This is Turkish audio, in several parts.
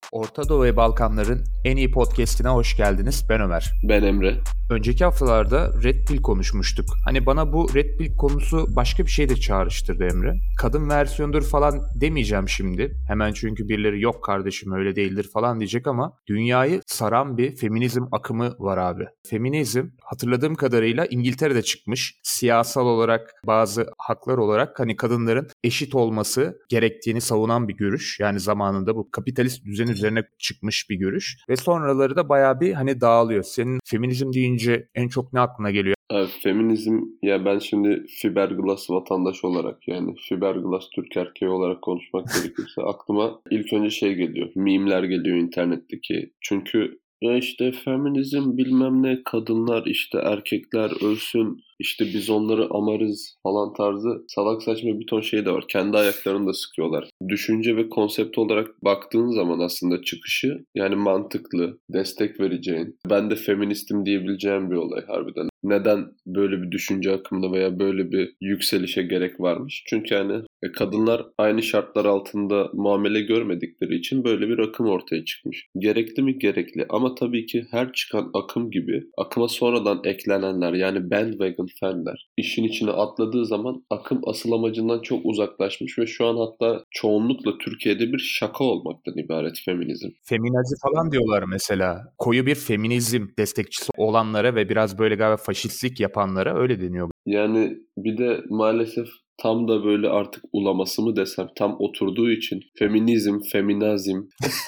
Orta Doğu ve Balkanların en iyi podcast'ine hoş geldiniz. Ben Ömer. Ben Emre. Önceki haftalarda Red Pill konuşmuştuk. Hani bana bu Red Pill konusu başka bir şey de çağrıştırdı Emre. Kadın versiyondur falan demeyeceğim şimdi. Hemen çünkü birileri yok kardeşim öyle değildir falan diyecek ama dünyayı saran bir feminizm akımı var abi. Feminizm hatırladığım kadarıyla İngiltere'de çıkmış. Siyasal olarak bazı haklar olarak hani kadınların eşit olması gerektiğini savunan bir görüş. Yani zamanında bu kapitalist düzen üzerine çıkmış bir görüş. Ve sonraları da bayağı bir hani dağılıyor. Senin feminizm deyince en çok ne aklına geliyor? Abi, feminizm ya ben şimdi fiberglass vatandaş olarak yani fiberglass Türk erkeği olarak konuşmak gerekirse aklıma ilk önce şey geliyor. Meme'ler geliyor internetteki. Çünkü ya işte feminizm bilmem ne kadınlar işte erkekler ölsün işte biz onları amarız falan tarzı salak saçma bir ton şey de var. Kendi ayaklarını da sıkıyorlar. Düşünce ve konsept olarak baktığın zaman aslında çıkışı yani mantıklı, destek vereceğin, ben de feministim diyebileceğim bir olay harbiden. Neden böyle bir düşünce akımına veya böyle bir yükselişe gerek varmış? Çünkü yani kadınlar aynı şartlar altında muamele görmedikleri için böyle bir akım ortaya çıkmış. Gerekli mi? Gerekli. Ama tabii ki her çıkan akım gibi akıma sonradan eklenenler yani bandwagon fanler işin içine atladığı zaman akım asıl amacından çok uzaklaşmış ve şu an hatta çoğunlukla Türkiye'de bir şaka olmaktan ibaret feminizm. Feminazi falan diyorlar mesela. Koyu bir feminizm destekçisi olanlara ve biraz böyle galiba faşistlik yapanlara öyle deniyor. Yani bir de maalesef tam da böyle artık ulaması mı desem tam oturduğu için feminizm, feminazim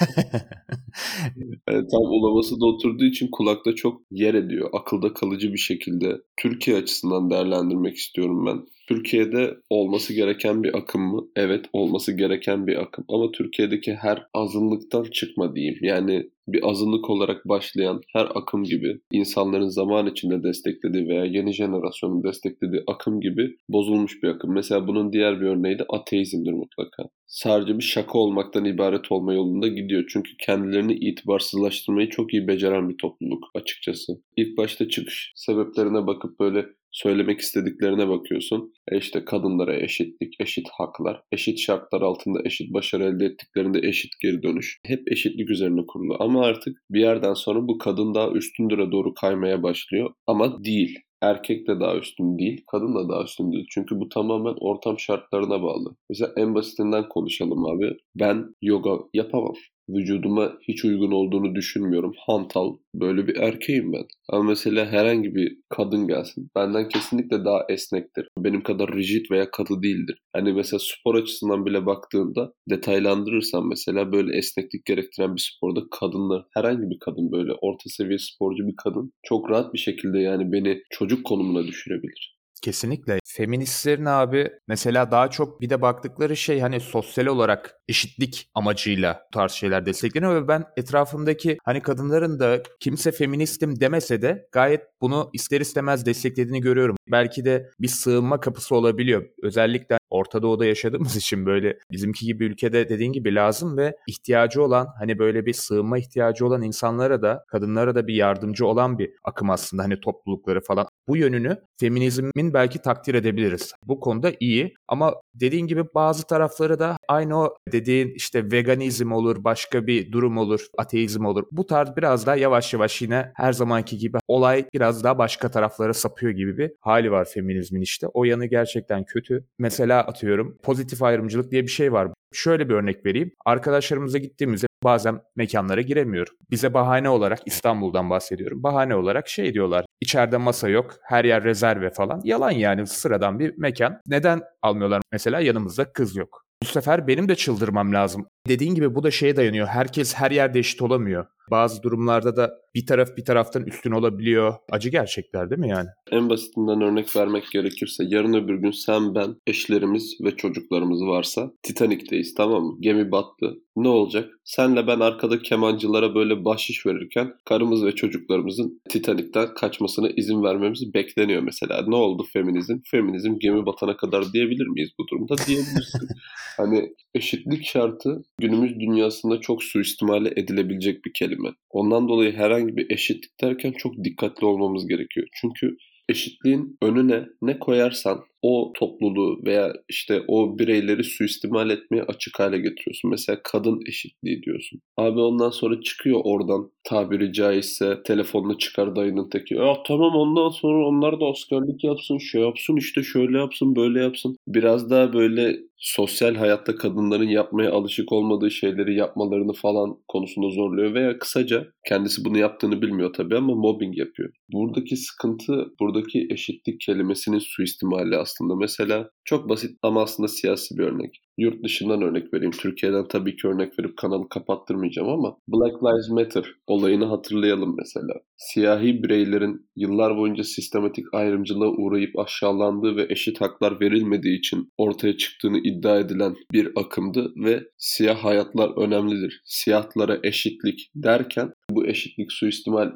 tam ulaması da oturduğu için kulakta çok yer ediyor. Akılda kalıcı bir şekilde Türkiye açısından değerlendirmek istiyorum ben. Türkiye'de olması gereken bir akım mı? Evet, olması gereken bir akım. Ama Türkiye'deki her azınlıktan çıkma diyeyim. Yani bir azınlık olarak başlayan her akım gibi insanların zaman içinde desteklediği veya yeni jenerasyonun desteklediği akım gibi bozulmuş bir akım. Mesela bunun diğer bir örneği de ateizmdir mutlaka. Sadece bir şaka olmaktan ibaret olma yolunda gidiyor. Çünkü kendilerini itibarsızlaştırmayı çok iyi beceren bir topluluk açıkçası. İlk başta çıkış sebeplerine bakıp böyle söylemek istediklerine bakıyorsun. İşte kadınlara eşitlik, eşit haklar, eşit şartlar altında eşit başarı elde ettiklerinde eşit geri dönüş. Hep eşitlik üzerine kurulu. Ama artık bir yerden sonra bu kadın daha üstündüre doğru kaymaya başlıyor. Ama değil. Erkek de daha üstün değil, kadın da daha üstün değil. Çünkü bu tamamen ortam şartlarına bağlı. Mesela en basitinden konuşalım abi. Ben yoga yapamam. Vücuduma hiç uygun olduğunu düşünmüyorum. Hantal, böyle bir erkeğim ben. Ama mesela herhangi bir kadın gelsin. Benden kesinlikle daha esnektir. Benim kadar rigid veya katı değildir. Hani mesela spor açısından bile baktığında detaylandırırsam mesela böyle esneklik gerektiren bir sporda kadınlar, herhangi bir kadın böyle orta seviye sporcu bir kadın çok rahat bir şekilde yani beni çocuk konumuna düşürebilir. Kesinlikle. Feministlerin abi mesela daha çok bir de baktıkları şey hani sosyal olarak eşitlik amacıyla bu tarz şeyler destekleniyor ve ben etrafımdaki hani kadınların da kimse feministim demese de gayet bunu ister istemez desteklediğini görüyorum. Belki de bir sığınma kapısı olabiliyor. Özellikle Orta Doğu'da yaşadığımız için böyle bizimki gibi ülkede dediğin gibi lazım ve ihtiyacı olan hani böyle bir sığınma ihtiyacı olan insanlara da kadınlara da bir yardımcı olan bir akım aslında hani toplulukları falan. Bu yönünü feminizmin belki takdir edebiliriz. Bu konuda iyi ama dediğin gibi bazı tarafları da aynı o dediğin işte veganizm olur, başka bir durum olur, ateizm olur. Bu tarz biraz daha yavaş yavaş yine her zamanki gibi olay biraz daha başka taraflara sapıyor gibi bir hali var feminizmin işte. O yanı gerçekten kötü. Mesela atıyorum pozitif ayrımcılık diye bir şey var. Şöyle bir örnek vereyim. Arkadaşlarımıza gittiğimizde bazen mekanlara giremiyor. Bize bahane olarak İstanbul'dan bahsediyorum. Bahane olarak şey diyorlar. İçeride masa yok, her yer rezerve falan. Yalan yani sıradan bir mekan. Neden almıyorlar mesela yanımızda kız yok? Bu sefer benim de çıldırmam lazım. Dediğin gibi bu da şeye dayanıyor. Herkes her yerde eşit olamıyor. Bazı durumlarda da bir taraf bir taraftan üstün olabiliyor. Acı gerçekler değil mi yani? En basitinden örnek vermek gerekirse yarın öbür gün sen, ben, eşlerimiz ve çocuklarımız varsa Titanik'teyiz, tamam mı? Gemi battı. Ne olacak? Senle ben arkada kemancılara böyle bahşiş verirken karımız ve çocuklarımızın Titanik'ten kaçmasına izin vermemiz bekleniyor mesela. Ne oldu feminizm? Feminizm gemi batana kadar diyebilir miyiz bu durumda? Diyebilirsin. Hani eşitlik şartı günümüz dünyasında çok suistimale edilebilecek bir kelime. Ondan dolayı herhangi bir eşitlik derken çok dikkatli olmamız gerekiyor. Çünkü eşitliğin önüne ne koyarsan o topluluğu veya işte o bireyleri suistimal etmeye açık hale getiriyorsun. Mesela kadın eşitliği diyorsun. Abi ondan sonra çıkıyor oradan tabiri caizse telefonla çıkar dayının teki. Ya tamam ondan sonra onlar da askerlik yapsın, şey yapsın işte şöyle yapsın, böyle yapsın. Biraz daha böyle sosyal hayatta kadınların yapmaya alışık olmadığı şeyleri yapmalarını falan konusunda zorluyor veya kısaca kendisi bunu yaptığını bilmiyor tabii ama mobbing yapıyor. Buradaki sıkıntı, buradaki eşitlik kelimesinin suistimali aslında. Mesela çok basit ama aslında siyasi bir örnek. Yurt dışından örnek vereyim. Türkiye'den tabii ki örnek verip kanalı kapattırmayacağım ama Black Lives Matter olayını hatırlayalım mesela. Siyahi bireylerin yıllar boyunca sistematik ayrımcılığa uğrayıp aşağılandığı ve eşit haklar verilmediği için ortaya çıktığını iddia edilen bir akımdı ve siyah hayatlar önemlidir, siyahlara eşitlik derken bu eşitlik suistimal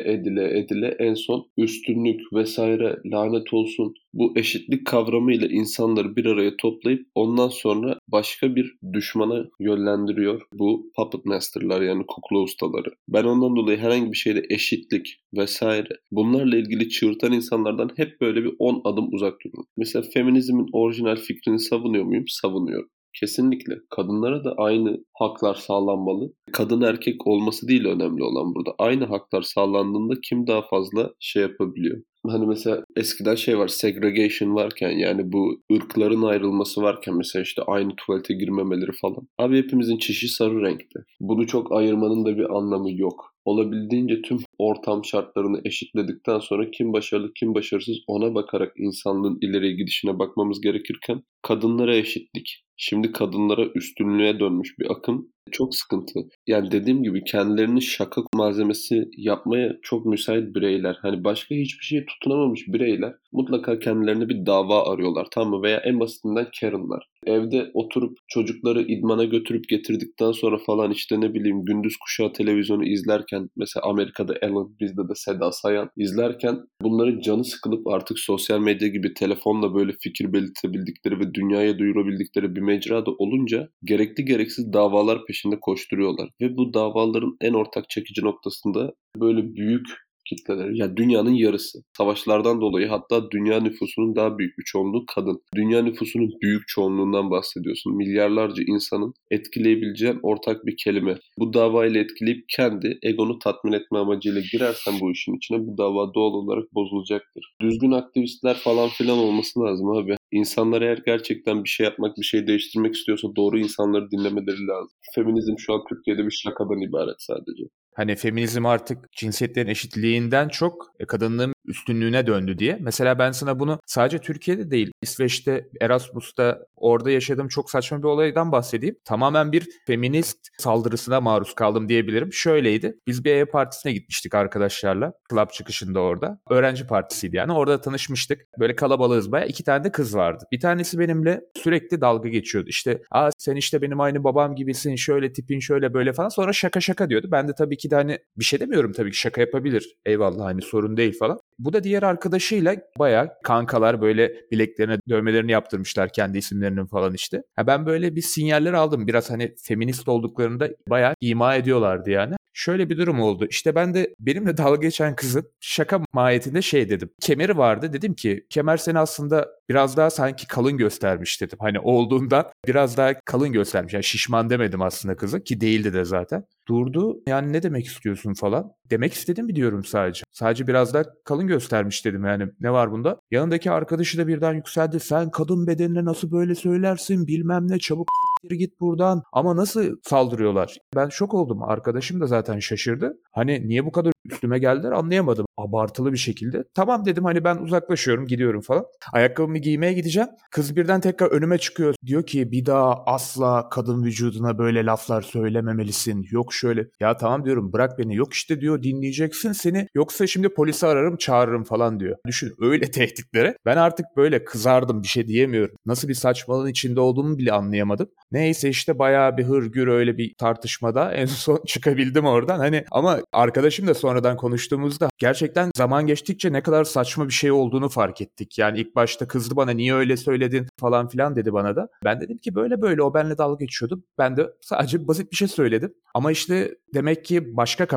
edile en son üstünlük vesaire lanet olsun bu eşitlik kavramıyla insanları bir araya toplayıp ondan sonra başka bir düşmana yönlendiriyor bu puppet master'lar yani kukla ustaları. Ben ondan dolayı herhangi bir şeyde eşitlik vesaire bunlarla ilgili çığırtan insanlardan hep böyle bir 10 adım uzak dururum. Mesela feminizmin orijinal fikrini savunuyor muyum? Savunuyorum. Kesinlikle. Kadınlara da aynı haklar sağlanmalı. Kadın erkek olması değil önemli olan burada. Aynı haklar sağlandığında kim daha fazla şey yapabiliyor? Hani mesela eskiden şey var, segregation varken yani bu ırkların ayrılması varken mesela işte aynı tuvalete girmemeleri falan. Abi hepimizin çişi sarı renkte. Bunu çok ayırmanın da bir anlamı yok. Olabildiğince tüm ortam şartlarını eşitledikten sonra kim başarılı kim başarısız ona bakarak insanlığın ileriye gidişine bakmamız gerekirken kadınlara eşitlik. Şimdi kadınlara üstünlüğe dönmüş bir akım çok sıkıntı. Yani dediğim gibi kendilerini şaka malzemesi yapmaya çok müsait bireyler. Hani başka hiçbir şeye tutunamamış bireyler mutlaka kendilerine bir dava arıyorlar tamam mı? Veya en basitinden Karen'lar. Evde oturup çocukları idmana götürüp getirdikten sonra falan işte ne bileyim gündüz kuşağı televizyonu izlerken mesela Amerika'da Ellen bizde de Seda Sayan izlerken bunların canı sıkılıp artık sosyal medya gibi telefonla böyle fikir belirtebildikleri ve dünyaya duyurabildikleri bir mecrada olunca gerekli gereksiz davalar peşinde koşturuyorlar. Ve bu davaların en ortak çekici noktasında böyle büyük kitleleri, yani dünyanın yarısı. Savaşlardan dolayı hatta dünya nüfusunun daha büyük bir çoğunluğu kadın. Dünya nüfusunun büyük çoğunluğundan bahsediyorsun. Milyarlarca insanın etkileyebileceğin ortak bir kelime. Bu davayla etkileyip kendi egonu tatmin etme amacıyla girersen bu işin içine bu dava doğal olarak bozulacaktır. Düzgün aktivistler falan filan olması lazım abi. İnsanlar eğer gerçekten bir şey yapmak, bir şey değiştirmek istiyorsa doğru insanları dinlemeleri lazım. Feminizm şu an Türkiye'de bir şakadan ibaret sadece. Hani feminizm artık cinsiyetlerin eşitliğinden çok kadınlığın üstünlüğüne döndü diye. Mesela ben sana bunu sadece Türkiye'de değil, İsveç'te, Erasmus'ta orada yaşadığım çok saçma bir olaydan bahsedeyim. Tamamen bir feminist saldırısına maruz kaldım diyebilirim. Şöyleydi. Biz bir ev partisine gitmiştik arkadaşlarla. Club çıkışında orada. Öğrenci partisiydi yani. Orada tanışmıştık. Böyle kalabalığız bayağı. 2 tane de kız vardı. Bir tanesi benimle sürekli dalga geçiyordu. İşte sen işte benim aynı babam gibisin. Şöyle tipin şöyle böyle falan. Sonra şaka şaka diyordu. Ben de tabii ki de hani bir şey demiyorum tabii ki şaka yapabilir. Eyvallah hani sorun değil falan. Bu da diğer arkadaşıyla bayağı kankalar böyle bileklerine dövmelerini yaptırmışlar kendi isimlerinin falan işte. Ben böyle bir sinyaller aldım. Biraz hani feminist olduklarını da bayağı ima ediyorlardı yani. Şöyle bir durum oldu. İşte ben de benimle dalga geçen kızın şaka mahiyetinde şey dedim. Kemeri vardı. Dedim ki kemer seni aslında biraz daha sanki kalın göstermiş dedim. Hani olduğundan biraz daha kalın göstermiş. Yani şişman demedim aslında kızı ki değildi de zaten. Durdu. Yani ne demek istiyorsun falan. Demek istedim biliyorum sadece. Sadece biraz daha kalın göstermiş dedim yani. Ne var bunda? Yanındaki arkadaşı da birden yükseldi. Sen kadın bedenine nasıl böyle söylersin bilmem ne çabuk git buradan. Ama nasıl saldırıyorlar? Ben şok oldum. Arkadaşım da zaten şaşırdı. Hani niye bu kadar üstüme geldiler anlayamadım. Abartılı bir şekilde. Tamam dedim hani ben uzaklaşıyorum gidiyorum falan. Ayakkabımı giymeye gideceğim. Kız birden tekrar önüme çıkıyor. Diyor ki bir daha asla kadın vücuduna böyle laflar söylememelisin. Yok şöyle. Ya tamam diyorum bırak beni. Yok işte diyor dinleyeceksin seni. Yoksa şimdi polisi ararım çağırırım falan diyor. Düşün öyle tehditlere. Ben artık böyle kızardım bir şey diyemiyorum. Nasıl bir saçmalığın içinde olduğumu bile anlayamadım. Neyse işte bayağı bir hırgür öyle bir tartışmada en son çıkabildim oradan. Hani ama arkadaşım da sonradan konuştuğumuzda gerçekten zaman geçtikçe ne kadar saçma bir şey olduğunu fark ettik. Yani ilk başta kızdı bana niye öyle söyledin falan filan dedi bana da. Ben dedim ki böyle böyle o benimle dalga geçiyordu. Ben de sadece basit bir şey söyledim. Ama işte demek ki başka kafalar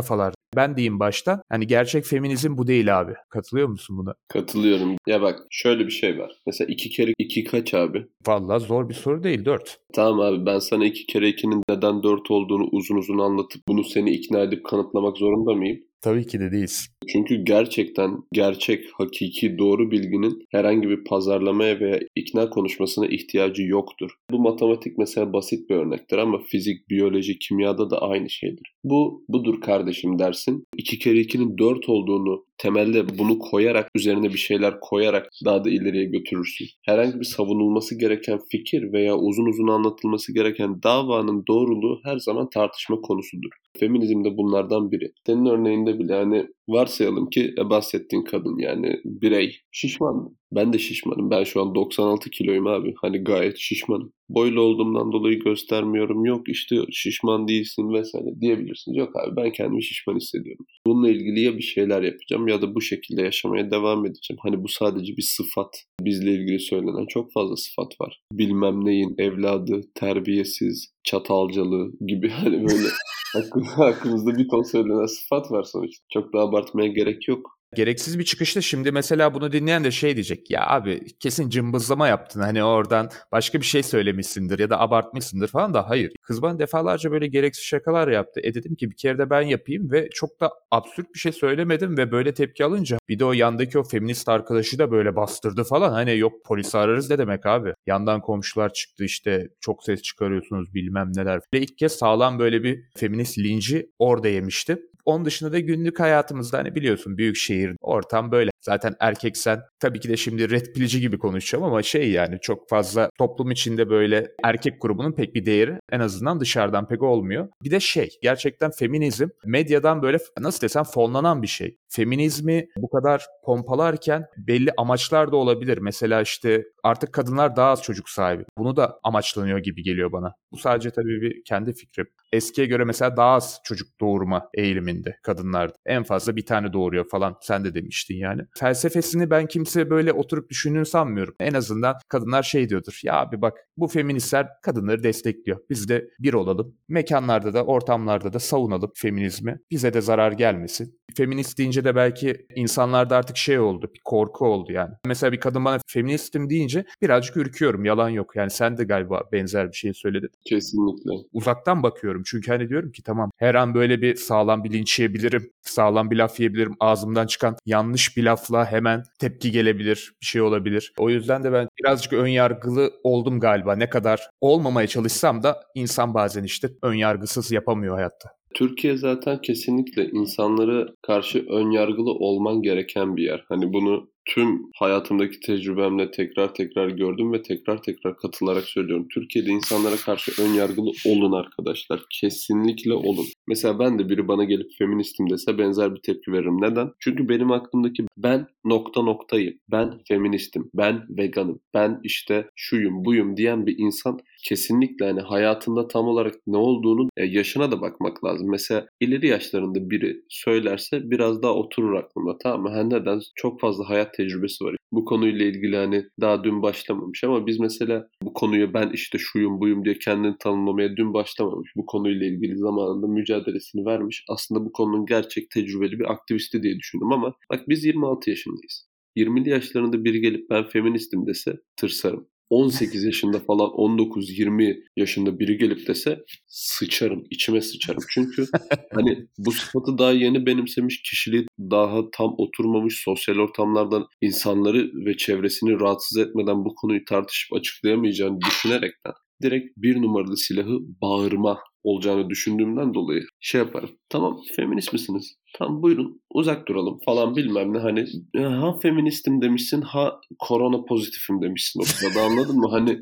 Ben diyeyim baştan. Hani gerçek feminizm bu değil abi. Katılıyor musun buna? Katılıyorum. Ya bak şöyle bir şey var. Mesela 2 kere 2 kaç abi? Vallahi zor bir soru değil. 4. Tamam abi, ben sana 2 kere 2'nin neden 4 olduğunu uzun uzun anlatıp bunu seni ikna edip kanıtlamak zorunda mıyım? Tabii ki de değiliz. Çünkü gerçekten gerçek, hakiki, doğru bilginin herhangi bir pazarlamaya veya ikna konuşmasına ihtiyacı yoktur. Bu matematik mesela basit bir örnektir ama fizik, biyoloji, kimyada da aynı şeydir. Budur kardeşim dersin. 2 kere 2'nin 4 olduğunu temelde bunu koyarak, üzerine bir şeyler koyarak daha da ileriye götürürsün. Herhangi bir savunulması gereken fikir veya uzun uzun anlatılması gereken davanın doğruluğu her zaman tartışma konusudur. Feminizm de bunlardan biri. Senin örneğinde bile hani varsayalım ki bahsettiğin kadın yani birey şişman. Ben de şişmanım. Ben şu an 96 kiloyum abi. Hani gayet şişmanım. Boylu olduğumdan dolayı göstermiyorum. Yok işte şişman değilsin vesaire diyebilirsiniz. Yok abi, ben kendimi şişman hissediyorum. Bununla ilgili ya bir şeyler yapacağım ya da bu şekilde yaşamaya devam edeceğim. Hani bu sadece bir sıfat. Bizle ilgili söylenen çok fazla sıfat var. Bilmem neyin evladı, terbiyesiz, çatalcalı gibi hani böyle hakkımızda bir ton söylenen sıfat var sonuçta. Çok da abartmaya gerek yok. Gereksiz bir çıkışta şimdi mesela bunu dinleyen de şey diyecek. Ya abi kesin cımbızlama yaptın. Hani oradan başka bir şey söylemişsindir ya da abartmışsındır falan da hayır. Kız bana defalarca böyle gereksiz şakalar yaptı. Dedim ki bir kere de ben yapayım ve çok da absürt bir şey söylemedim ve böyle tepki alınca bir de o yandaki o feminist arkadaşı da böyle bastırdı falan. Hani yok polisi ararız ne demek abi. Yandan komşular çıktı işte çok ses çıkarıyorsunuz bilmem neler. Ve ilk kez sağlam böyle bir feminist linci orada yemiştim. Onun dışında da günlük hayatımızda hani biliyorsun büyük şehir ortam böyle. Zaten erkeksen tabii ki de şimdi red pilici gibi konuşacağım ama şey yani çok fazla toplum içinde böyle erkek grubunun pek bir değeri en azından dışarıdan pek olmuyor. Bir de şey gerçekten feminizm medyadan böyle nasıl desem fonlanan bir şey. Feminizmi bu kadar pompalarken belli amaçlar da olabilir. Mesela işte artık kadınlar daha az çocuk sahibi. Bunu da amaçlanıyor gibi geliyor bana. Bu sadece tabii bir kendi fikrim. Eskiye göre mesela daha az çocuk doğurma eğiliminde kadınlar. En fazla bir tane doğuruyor falan. Sen de demiştin yani. Felsefesini ben kimse böyle oturup düşündüğünü sanmıyorum. En azından kadınlar şey diyordur. Ya abi bak bu feministler kadınları destekliyor. Biz de bir olalım. Mekanlarda da ortamlarda da savunalım feminizmi. Bize de zarar gelmesin. Feminist deyince de belki insanlarda artık şey oldu. Bir korku oldu yani. Mesela bir kadın bana feministim deyince birazcık ürküyorum. Yalan yok. Yani sen de galiba benzer bir şey söyledin. Kesinlikle. Uzaktan bakıyorum çünkü hani diyorum ki tamam her an böyle bir sağlam bir linç yiyebilirim, sağlam bir laf yiyebilirim, ağzımdan çıkan yanlış bir lafla hemen tepki gelebilir, bir şey olabilir. O yüzden de ben birazcık ön yargılı oldum galiba. Ne kadar olmamaya çalışsam da insan bazen işte ön yargısız yapamıyor hayatta. Türkiye zaten kesinlikle insanlara karşı ön yargılı olman gereken bir yer. Hani bunu tüm hayatımdaki tecrübemle tekrar tekrar gördüm ve tekrar tekrar katılarak söylüyorum. Türkiye'de insanlara karşı ön yargılı olun arkadaşlar. Kesinlikle olun. Mesela ben de biri bana gelip feministim dese benzer bir tepki veririm. Neden? Çünkü benim aklımdaki ben nokta noktayım. Ben feministim. Ben veganım. Ben işte şuyum buyum diyen bir insan kesinlikle hani hayatında tam olarak ne olduğunu yaşına da bakmak lazım. Mesela ileri yaşlarında biri söylerse biraz daha oturur aklımda, tamam mı? Neden? Çok fazla hayat tecrübesi var. Bu konuyla ilgili hani daha dün başlamamış ama biz mesela bu konuyu ben işte şuyum buyum diye kendini tanımlamaya dün başlamamış. Bu konuyla ilgili zamanında mücadelesini vermiş. Aslında bu konunun gerçek tecrübeli bir aktivisti diye düşündüm ama bak biz 26 yaşındayız. 20'li yaşlarında biri gelip ben feministim dese tırsarım. 18 yaşında falan 19-20 yaşında biri gelip dese sıçarım, içime sıçarım. Çünkü hani bu sıfatı daha yeni benimsemiş, kişiliği daha tam oturmamış, sosyal ortamlardan insanları ve çevresini rahatsız etmeden bu konuyu tartışıp açıklayamayacağını düşünerekten direkt bir numaralı silahı bağırma olacağını düşündüğümden dolayı şey yaparım. Tamam feminist misiniz? Tamam buyurun uzak duralım falan bilmem ne, hani ha feministim demişsin ha korona pozitifim demişsin o sırada, anladın mı? Hani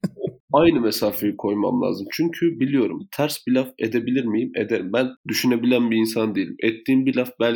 aynı mesafeyi koymam lazım. Çünkü biliyorum ters bir laf edebilir miyim? Ederim. Ben düşünebilen bir insan değilim. Ettiğim bir laf belki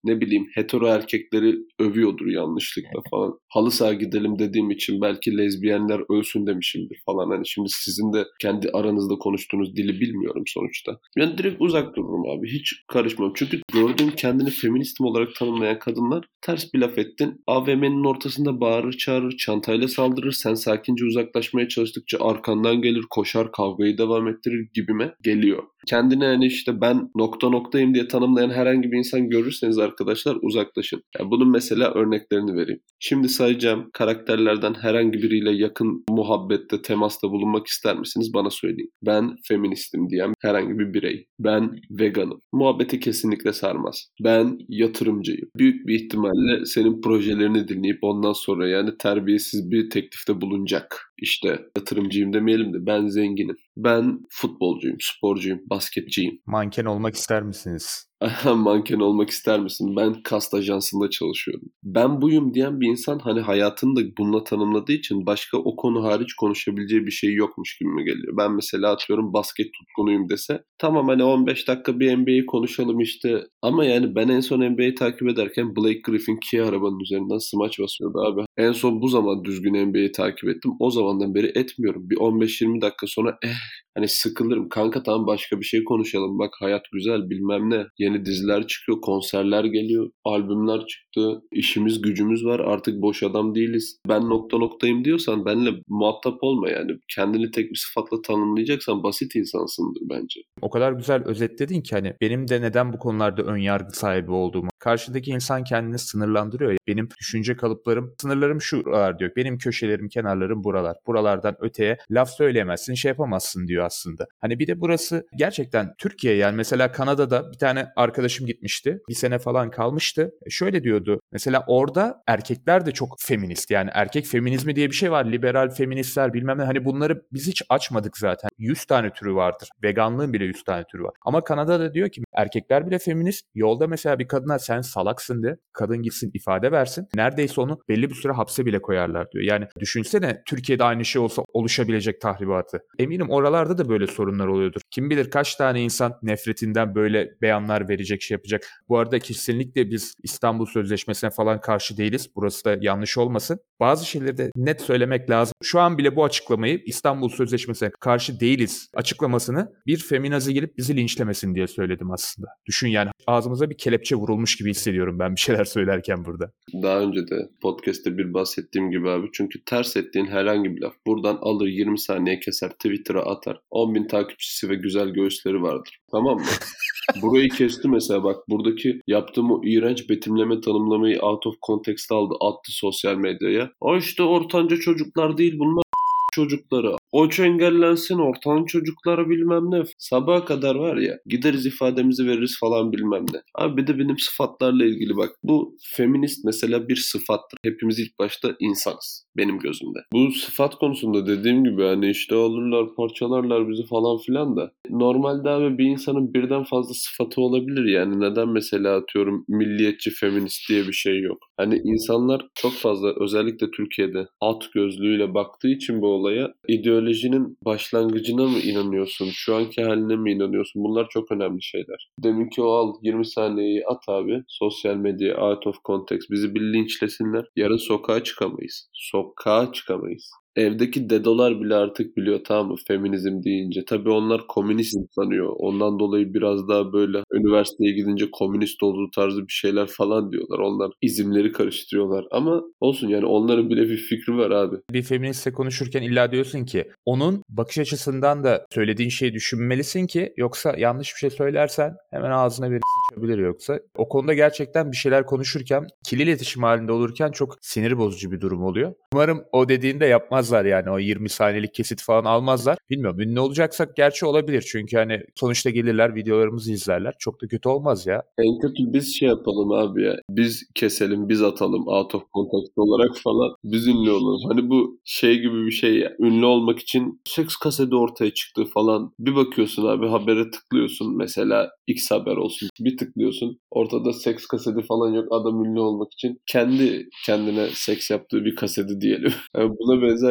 ne bileyim hetero erkekleri övüyordur yanlışlıkla falan. Halı saha gidelim dediğim için belki lezbiyenler ölsün demişimdir falan. Hani şimdi sizin de kendi aranızda konuştuğunuz dili bilmiyorum sonuçta. Yani direkt uzak dururum abi. Hiç karışmam. Çünkü gördüğüm kendini feministim olarak tanımlayan kadınlar ters bir laf ettin. AVM'nin ortasında bağırır çağırır, çantayla saldırır. Sen sakince uzaklaşmaya çalıştıkça arkandan gelir, koşar, kavgayı devam ettirir gibime geliyor. Kendine yani işte ben nokta noktayım diye tanımlayan herhangi bir insan görürseniz arkadaşlar uzaklaşın. Yani bunun mesela örneklerini vereyim. Şimdi sayacağım karakterlerden herhangi biriyle yakın muhabbette, temasta bulunmak ister misiniz? Bana söyleyin. Ben feministim diyen herhangi bir birey. Ben veganım. Muhabbeti kesinlikle sarmaz. Ben yatırımcıyım. Büyük bir ihtimalle senin projelerini dinleyip ondan sonra yani terbiyesiz bir teklifte bulunacak. İşte yatırımcıyım demeyelim de ben zenginim. Ben futbolcuyum, sporcuyum, basketçiyim. Manken olmak ister misiniz? Manken olmak ister misin? Ben kast ajansında çalışıyorum. Ben buyum diyen bir insan hani hayatını da bununla tanımladığı için başka o konu hariç konuşabileceği bir şey yokmuş gibi mi geliyor? Ben mesela atıyorum basket tutkunuyum dese tamam hani 15 dakika bir NBA'yi konuşalım işte. Ama yani ben en son NBA'yi takip ederken Blake Griffin Kia arabanın üzerinden smaç basıyordu abi. En son bu zaman düzgün NBA'yi takip ettim. O zamandan beri etmiyorum. Bir 15-20 dakika sonra hani sıkılırım. Kanka tamam başka bir şey konuşalım. Bak hayat güzel bilmem ne. Yeni diziler çıkıyor, konserler geliyor, albümler çıktı. İşimiz gücümüz var. Artık boş adam değiliz. Ben nokta noktayım diyorsan benimle muhatap olma yani. Kendini tek bir sıfatla tanımlayacaksan basit insansındır bence. O kadar güzel özetledin ki hani benim de neden bu konularda ön yargı sahibi olduğumu. Karşıdaki insan kendini sınırlandırıyor ya. Benim düşünce kalıplarım, sınırlarım şuralar diyor. Benim köşelerim, kenarlarım buralar. Buralardan öteye laf söyleyemezsin, şey yapamazsın diyor aslında. Hani bir de burası gerçekten Türkiye yani mesela Kanada'da bir tane arkadaşım gitmişti. Bir sene falan kalmıştı. Şöyle diyordu. Mesela orada erkekler de çok feminist. Yani erkek feminizmi diye bir şey var. Liberal feministler bilmem ne. Hani bunları biz hiç açmadık zaten. 100 tane türü vardır. Veganlığın bile 100 tane türü var. Ama Kanada'da diyor ki erkekler bile feminist. Yolda mesela bir kadına sen salaksın de. Kadın gitsin ifade versin. Neredeyse onu belli bir süre hapse bile koyarlar diyor. Yani düşünsene Türkiye'de aynı şey olsa oluşabilecek tahribatı. Eminim oralarda da böyle sorunlar oluyordur. Kim bilir kaç tane insan nefretinden böyle beyanlar verecek, şey yapacak. Bu arada kesinlikle biz İstanbul Sözleşmesi'ne falan karşı değiliz. Burası da yanlış olmasın. Bazı şeyleri de net söylemek lazım. Şu an bile bu açıklamayı İstanbul Sözleşmesi'ne karşı değiliz açıklamasını bir feminazi gelip bizi linçlemesin diye söyledim aslında. Düşün yani ağzımıza bir kelepçe vurulmuş gibi hissediyorum ben bir şeyler söylerken burada. Daha önce de podcast'te bir bahsettiğim gibi abi. Çünkü ters ettiğin herhangi bir laf buradan alır 20 saniye keser Twitter'a atar. 10.000 takipçisi ve güzel göğüsleri vardır. Tamam mı? Burayı kesti mesela bak buradaki yaptığım o iğrenç betimleme tanımlamayı out of context aldı attı sosyal medyaya. O işte ortanca çocuklar değil bunlar çocukları. O engellensin ortanca çocuklara bilmem ne. Sabaha kadar var ya gideriz ifademizi veririz falan bilmem ne. Abi bir de benim sıfatlarla ilgili bak. Bu feminist mesela bir sıfattır. Hepimiz ilk başta insanız. Benim gözümde. Bu sıfat konusunda dediğim gibi hani işte alırlar parçalarlar bizi falan filan da. Normalde abi bir insanın birden fazla sıfatı olabilir yani. Neden mesela atıyorum milliyetçi feminist diye bir şey yok. Hani insanlar çok fazla özellikle Türkiye'de at gözlüğüyle baktığı için bu olaya ideolojinin başlangıcına mı inanıyorsun? Şu anki haline mi inanıyorsun? Bunlar çok önemli şeyler. Deminki o al 20 saniyeyi at abi. Sosyal medya out of context. Bizi bir linçlesinler. Yarın sokağa çıkamayız. Sokağa çıkamayız. Evdeki dedolar bile artık biliyor tamam mı feminizm deyince. Tabii onlar komünizm sanıyor. Ondan dolayı biraz daha böyle üniversiteye gidince komünist olduğu tarzı bir şeyler falan diyorlar. Onlar izimleri karıştırıyorlar. Ama olsun yani onların bile bir fikri var abi. Bir feministle konuşurken illa diyorsun ki onun bakış açısından da söylediğin şeyi düşünmelisin ki yoksa yanlış bir şey söylersen hemen ağzına bir sıçabilir yoksa. O konuda gerçekten bir şeyler konuşurken ikili iletişim halinde olurken çok sinir bozucu bir durum oluyor. Umarım o dediğinde yapmazlar yani o 20 saniyelik kesit falan almazlar. Bilmiyorum ünlü olacaksak gerçi olabilir çünkü hani sonuçta gelirler videolarımızı izlerler. Çok da kötü olmaz ya. En kötü biz şey yapalım abi ya. Biz keselim, biz atalım out of context olarak falan. Biz ünlü olalım. Hani bu şey gibi bir şey ya. Ünlü olmak için seks kaseti ortaya çıktı falan. Bir bakıyorsun abi habere tıklıyorsun. Mesela X haber olsun. Bir tıklıyorsun. Ortada seks kaseti falan yok. Adam ünlü olmak için kendi kendine seks yaptığı bir kaseti diyelim. Yani buna benzer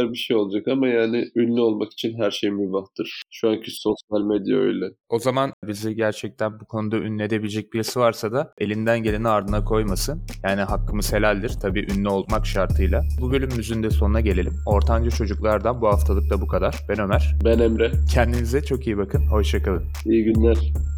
benzer bir şey olacak ama yani ünlü olmak için her şey mübahtır. Şu anki sosyal medya öyle. O zaman bizi gerçekten bu konuda ünlü edebilecek birisi varsa da elinden geleni ardına koymasın. Yani hakkımız helaldir. Tabii ünlü olmak şartıyla. Bu bölümümüzün de sonuna gelelim. Ortanca Çocuklardan bu haftalık da bu kadar. Ben Ömer. Ben Emre. Kendinize çok iyi bakın. Hoşça kalın. İyi günler.